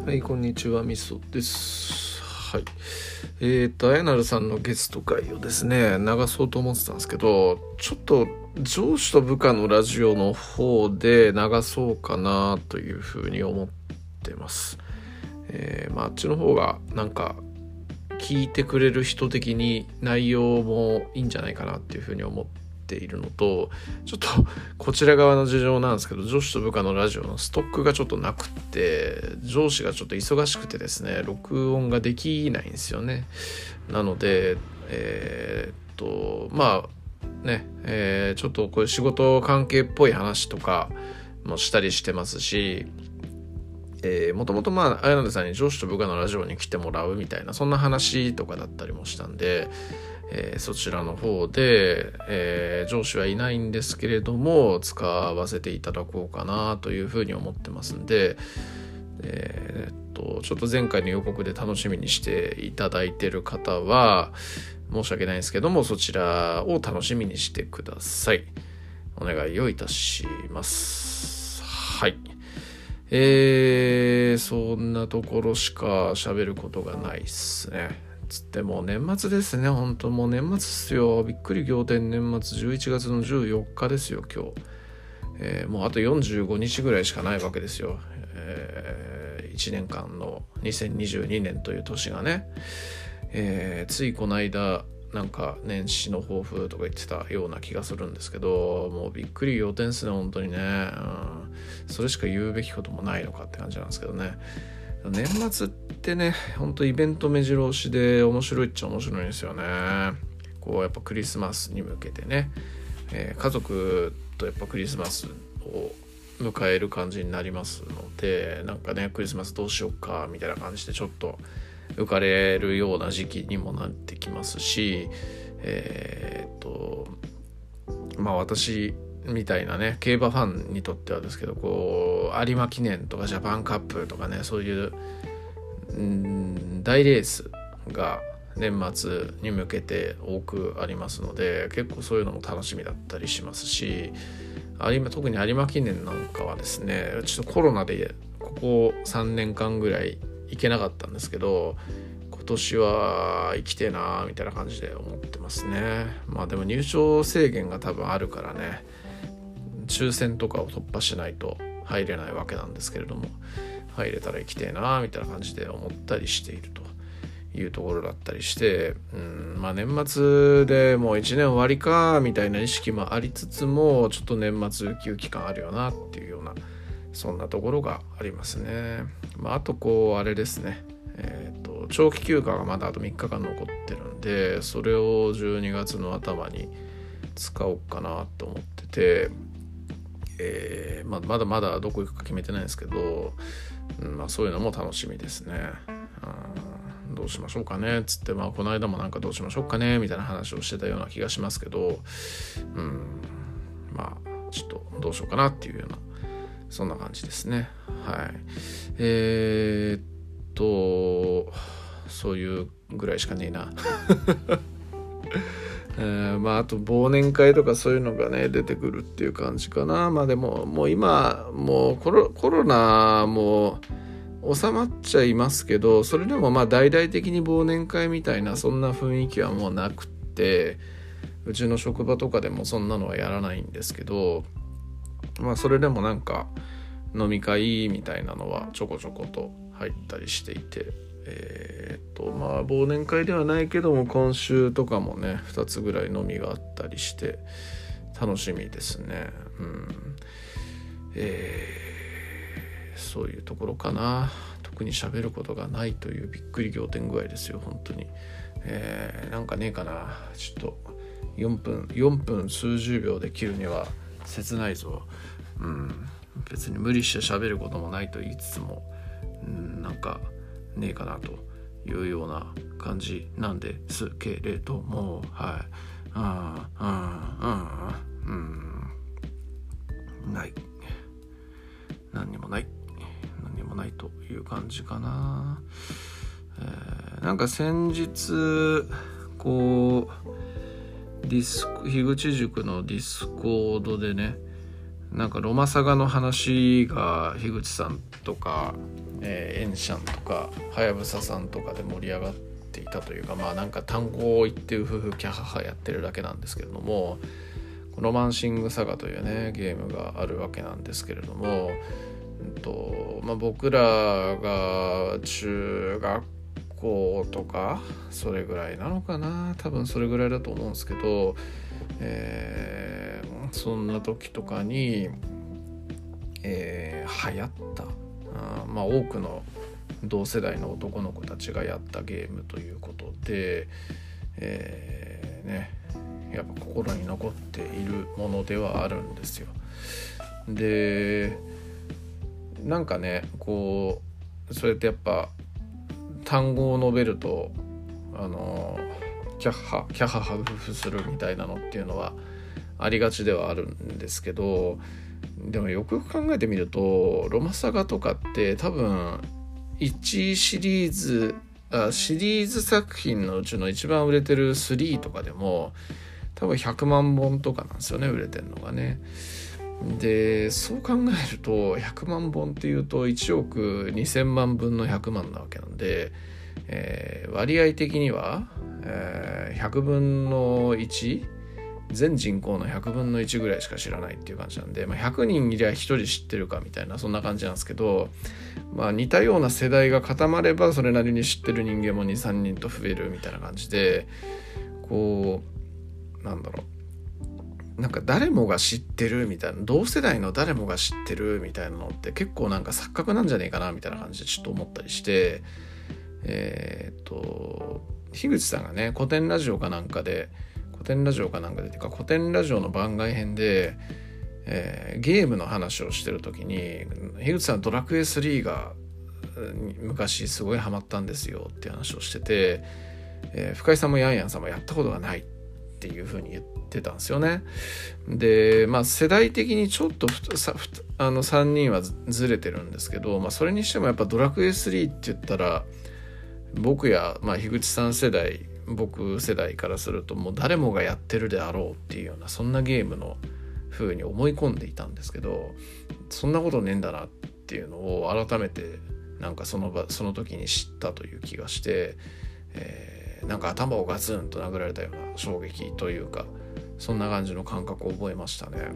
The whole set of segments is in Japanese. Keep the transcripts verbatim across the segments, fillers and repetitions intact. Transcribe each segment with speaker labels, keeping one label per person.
Speaker 1: はい、こんにちは、みそです。はい。えーと、あやなるさんのゲスト会をですね、流そうと思ってたんですけど、ちょっと上司と部下のラジオの方で流そうかなというふうに思ってます。えー、まあ、あっちの方がなんか聞いてくれる人的に内容もいいんじゃないかなっていうふうに思ってているのと、ちょっとこちら側の事情なんですけど、上司と部下のラジオのストックがちょっとなくって、上司がちょっと忙しくてですね、録音ができないんですよね。なのでえー、っとまあね、えー、ちょっとこういう仕事関係っぽい話とかもしたりしてますし、えー、もともとまああやなるさんに上司と部下のラジオに来てもらうみたいなそんな話とかだったりもしたんで、えー、そちらの方で、えー、上司はいないんですけれども使わせていただこうかなというふうに思ってますんで、えー、っとちょっと前回の予告で楽しみにしていただいている方は申し訳ないんですけども、そちらを楽しみにしてください。お願いをいたします。はい。えー、そんなところしか喋ることがないっすね。つってもう年末ですね。本当もう年末っすよ。びっくり仰天年末じゅういちがつのじゅうよっかですよ今日、えー、もうあとよんじゅうごにちぐらいしかないわけですよ、えー、いちねんかんのにせんにじゅうにねんという年がね、えー、ついこの間なんか年始の抱負とか言ってたような気がするんですけど、もうびっくり仰天っすね本当にね、うん、それしか言うべきこともないのかって感じなんですけどね。年末ってね、ほんとイベント目白押しで面白いっちゃ面白いんですよね。こうやっぱクリスマスに向けてね、えー、家族とやっぱクリスマスを迎える感じになりますので、なんかねクリスマスどうしようかみたいな感じでちょっと浮かれるような時期にもなってきますし、えー、っとまあ私みたいなね競馬ファンにとってはですけど、こう有馬記念とかジャパンカップとかね、そういううん大レースが年末に向けて多くありますので、結構そういうのも楽しみだったりしますし、有馬特に有馬記念なんかはですね、ちょっとコロナでここさんねんかんぐらい行けなかったんですけど、今年は行きてえなみたいな感じで思ってますね。まあでも入場制限が多分あるからね、抽選とかを突破しないと入れないわけなんですけれども、入れたら行きてえなみたいな感じで思ったりしているというところだったりして、うん、まあ年末でもういちねん終わりかみたいな意識もありつつも、ちょっと年末ウキウキ感あるよなっていうようなそんなところがありますね。まああとこうあれですね、えーと長期休暇がまだあとみっかかん残ってるんで、それをじゅうにがつの頭に使おうかなと思ってて、えーまあ、まだまだどこ行くか決めてないんですけど、うんまあ、そういうのも楽しみですね。うんどうしましょうかねっつって、まあ、この間もなんかどうしましょうかねみたいな話をしてたような気がしますけど、うんまあちょっとどうしようかなっていうようなそんな感じですね。はい。えー、っとそういうぐらいしかねえな。えー、まああと忘年会とかそういうのがね出てくるっていう感じかな。まあでももう今もうコロ、コロナも収まっちゃいますけど、それでもまあ大々的に忘年会みたいなそんな雰囲気はもうなくって、うちの職場とかでもそんなのはやらないんですけど、まあそれでもなんか飲み会みたいなのはちょこちょこと入ったりしていて、えー、っとまあ忘年会ではないけども今週とかもねふたつぐらい飲みがあったりして楽しみですね。うん、えー、そういうところかな。特に喋ることがないというびっくり仰天具合ですよ本当に。えー、なんかねえかな。ちょっとよんぷんよんぷん数十秒で切るには切ないぞ。うん、別に無理して喋ることもないと言いつつも、うん、なんかねえかなというような感じなんですけれども、はい、ああうんうんうんない何にもない何にもないという感じかな。えー、なんか先日こうディス樋口塾のディスコードでね、 なんかロマサガの話が樋口さんとか、えー、エンシャンとかはやぶささんとかで盛り上がっていたというか、まあなんか単語を言ってうふふキャハハやってるだけなんですけれども、ロマンシングサガというねゲームがあるわけなんですけれども、うんとまあ、僕らが中学校とかそれぐらいなのかな、多分それぐらいだと思うんですけど、えー、そんな時とかに、えー、流行ったあまあ多くの同世代の男の子たちがやったゲームということで、えー、ねやっぱ心に残っているものではあるんですよ。でなんかねこうそれってやっぱ単語を述べるとあのキャッハキャハハフフするみたいなのっていうのはありがちではあるんですけど、でもよくよく考えてみるとロマサガとかって多分いちシリーズあシリーズ作品のうちの一番売れてるスリーとかでも多分ひゃくまんぼんとかなんですよね、売れてるのがね。でそう考えるとひゃくまんぼんっていうといちおくにせんまんぶんのひゃくまんなわけなんで、えー、割合的には、えー、ひゃくぶんのいち、全人口のひゃくぶんのいちぐらいしか知らないっていう感じなんで、まあ、ひゃくにんいりゃひとり知ってるかみたいなそんな感じなんですけど、まあ、似たような世代が固まればそれなりに知ってる人間も にさんにんと増えるみたいな感じで、こうなんだろうなんか誰もが知ってるみたいな、同世代の誰もが知ってるみたいなのって結構なんか錯覚なんじゃねえかなみたいな感じでちょっと思ったりして、えー、っと樋口さんがね古典ラジオかなんかで古典ラジオかなんかでてか古典ラジオの番外編で、えー、ゲームの話をしてる時に樋口さんドラクエスリーが昔すごいハマったんですよっていう話をしてて、えー、深井さんもヤンヤンさんもやったことがないっていう風に言ってたんですよね。でまあ世代的にちょっとさあのさんにんはずれてるんですけど、まあ、それにしてもやっぱドラクエスリーって言ったら僕や、まあ、樋口さん世代僕世代からするともう誰もがやってるであろうっていうようなそんなゲームの風に思い込んでいたんですけど、そんなことねえんだなっていうのを改めてなんかその場その時に知ったという気がして、えー、なんか頭をガツンと殴られたような衝撃というかそんな感じの感覚を覚えましたね。うん、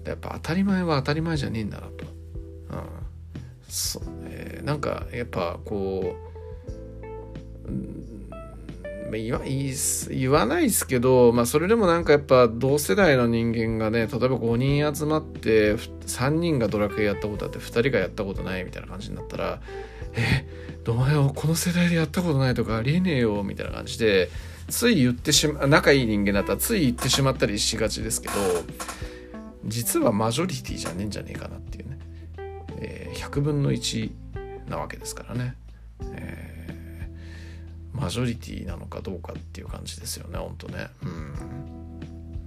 Speaker 1: やっぱ当たり前は当たり前じゃねえんだなと、うんそえー、なんかやっぱこう、うん言わ、言わないですけど、まあ、それでもなんかやっぱ同世代の人間がね、例えばごにん集まってさんにんがドラクエやったことあってふたりがやったことないみたいな感じになったら、えお前はこの世代でやったことないとかありえねえよみたいな感じでつい言ってしま仲いい人間だったらつい言ってしまったりしがちですけど、実はマジョリティじゃねえんじゃねえかなっていうね、えー、ひゃくぶんのいちなわけですからね、えーマジョリティなのかどうかっていう感じですよね、本当ね。うん、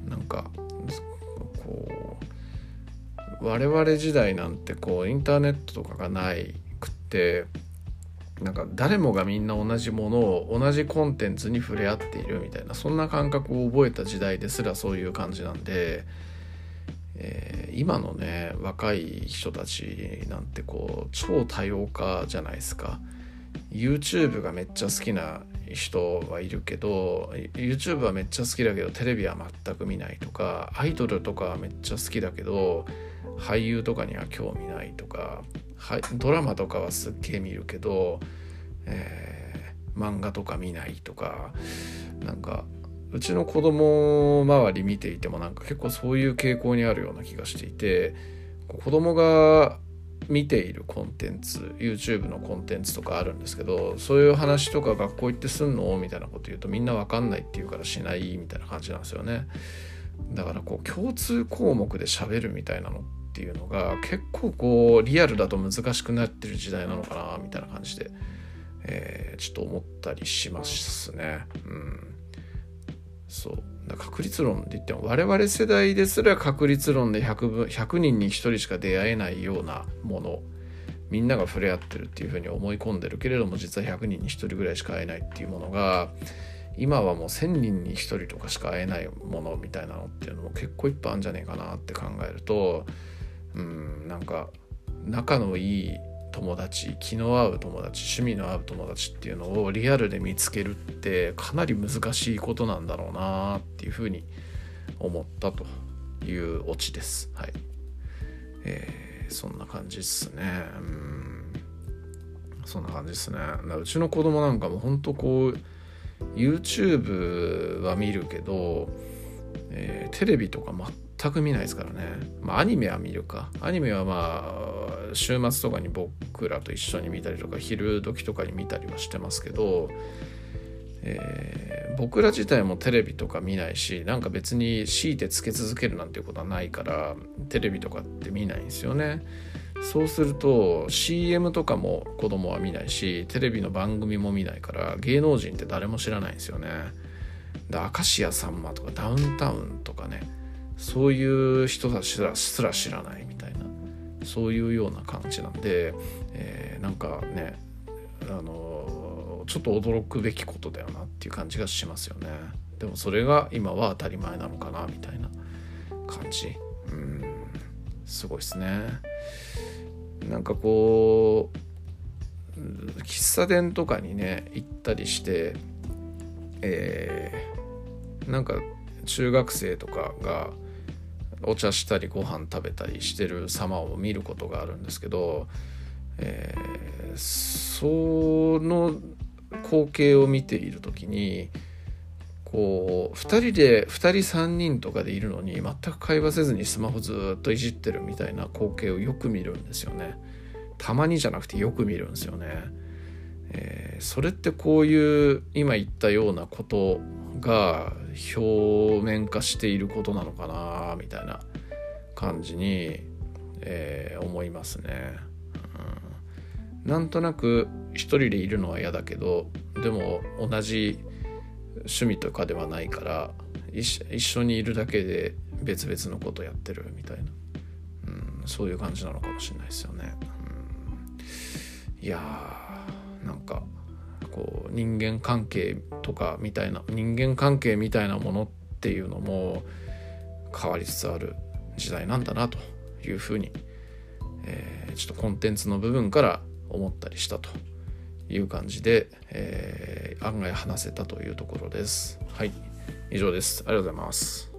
Speaker 1: なんかこう我々時代なんてこうインターネットとかがないくってなんか誰もがみんな同じものを同じコンテンツに触れ合っているみたいなそんな感覚を覚えた時代ですらそういう感じなんで、えー、今のね若い人たちなんてこう超多様化じゃないですか。YouTube がめっちゃ好きな人はいるけど YouTube はめっちゃ好きだけどテレビは全く見ないとか、アイドルとかはめっちゃ好きだけど俳優とかには興味ないとか、ドラマとかはすっげえ見るけど、えー、漫画とか見ないとか、なんかうちの子供周り見ていてもなんか結構そういう傾向にあるような気がしていて、子供が見ているコンテンツ YouTube のコンテンツとかあるんですけど、そういう話とか学校行ってすんのみたいなこと言うとみんな分かんないって言うからしないみたいな感じなんですよね。だからこう共通項目で喋るみたいなのっていうのが結構こうリアルだと難しくなってる時代なのかなみたいな感じで、えー、ちょっと思ったりしますね。うんそうだ確率論で言っても我々世代ですら確率論で ひゃく, ひゃくにんにひとりしか出会えないようなもの、みんなが触れ合ってるっていう風に思い込んでるけれども実はひゃくにんにひとりぐらいしか会えないっていうものが今はもうせんにんにひとりとかしか会えないものみたいなのっていうのも結構いっぱいあるんじゃねえかなって考えると、うんなんか仲のいい友達、気の合う友達、趣味の合う友達っていうのをリアルで見つけるってかなり難しいことなんだろうなっていうふうに思ったというオチです。はい、えー、そんな感じっすね。うんそんな感じですね。うちの子供なんかも本当こう YouTube は見るけど、えー、テレビとか全く見ないですからね。まあアニメは見るか。アニメはまあ週末とかに僕らと一緒に見たりとか昼時とかに見たりはしてますけど、えー、僕ら自体もテレビとか見ないし、なんか別に強いてつけ続けるなんていうことはないからテレビとかって見ないんですよね。そうすると シーエム とかも子供は見ないし、テレビの番組も見ないから芸能人って誰も知らないんですよね。明石家さんまとかダウンタウンとかね、そういう人たちすら知らないみたいな、そういうような感じなんで、えー、なんかねあのちょっと驚くべきことだよなっていう感じがしますよね。でもそれが今は当たり前なのかなみたいな感じ。うんすごいですね。なんかこう喫茶店とかにね行ったりして、えー、なんか中学生とかがお茶したりご飯食べたりしてる様を見ることがあるんですけど、えー、その光景を見ているときにこうふたりでふたりさんにんとかでいるのに全く会話せずにスマホずっといじってるみたいな光景をよく見るんですよね。たまにじゃなくてよく見るんですよね。えー、それってこういう今言ったようなことが表面化していることなのかなみたいな感じに、えー、思いますね。うん、なんとなく一人でいるのは嫌だけど、でも同じ趣味とかではないから一緒にいるだけで別々のことやってるみたいな、うん、そういう感じなのかもしれないですよね。うん、いやーなんかこう人間関係とかみたいな人間関係みたいなものっていうのも変わりつつある時代なんだなというふうに、えー、ちょっとコンテンツの部分から思ったりしたという感じで、えー、案外話せたというところです。はい、以上です。ありがとうございます。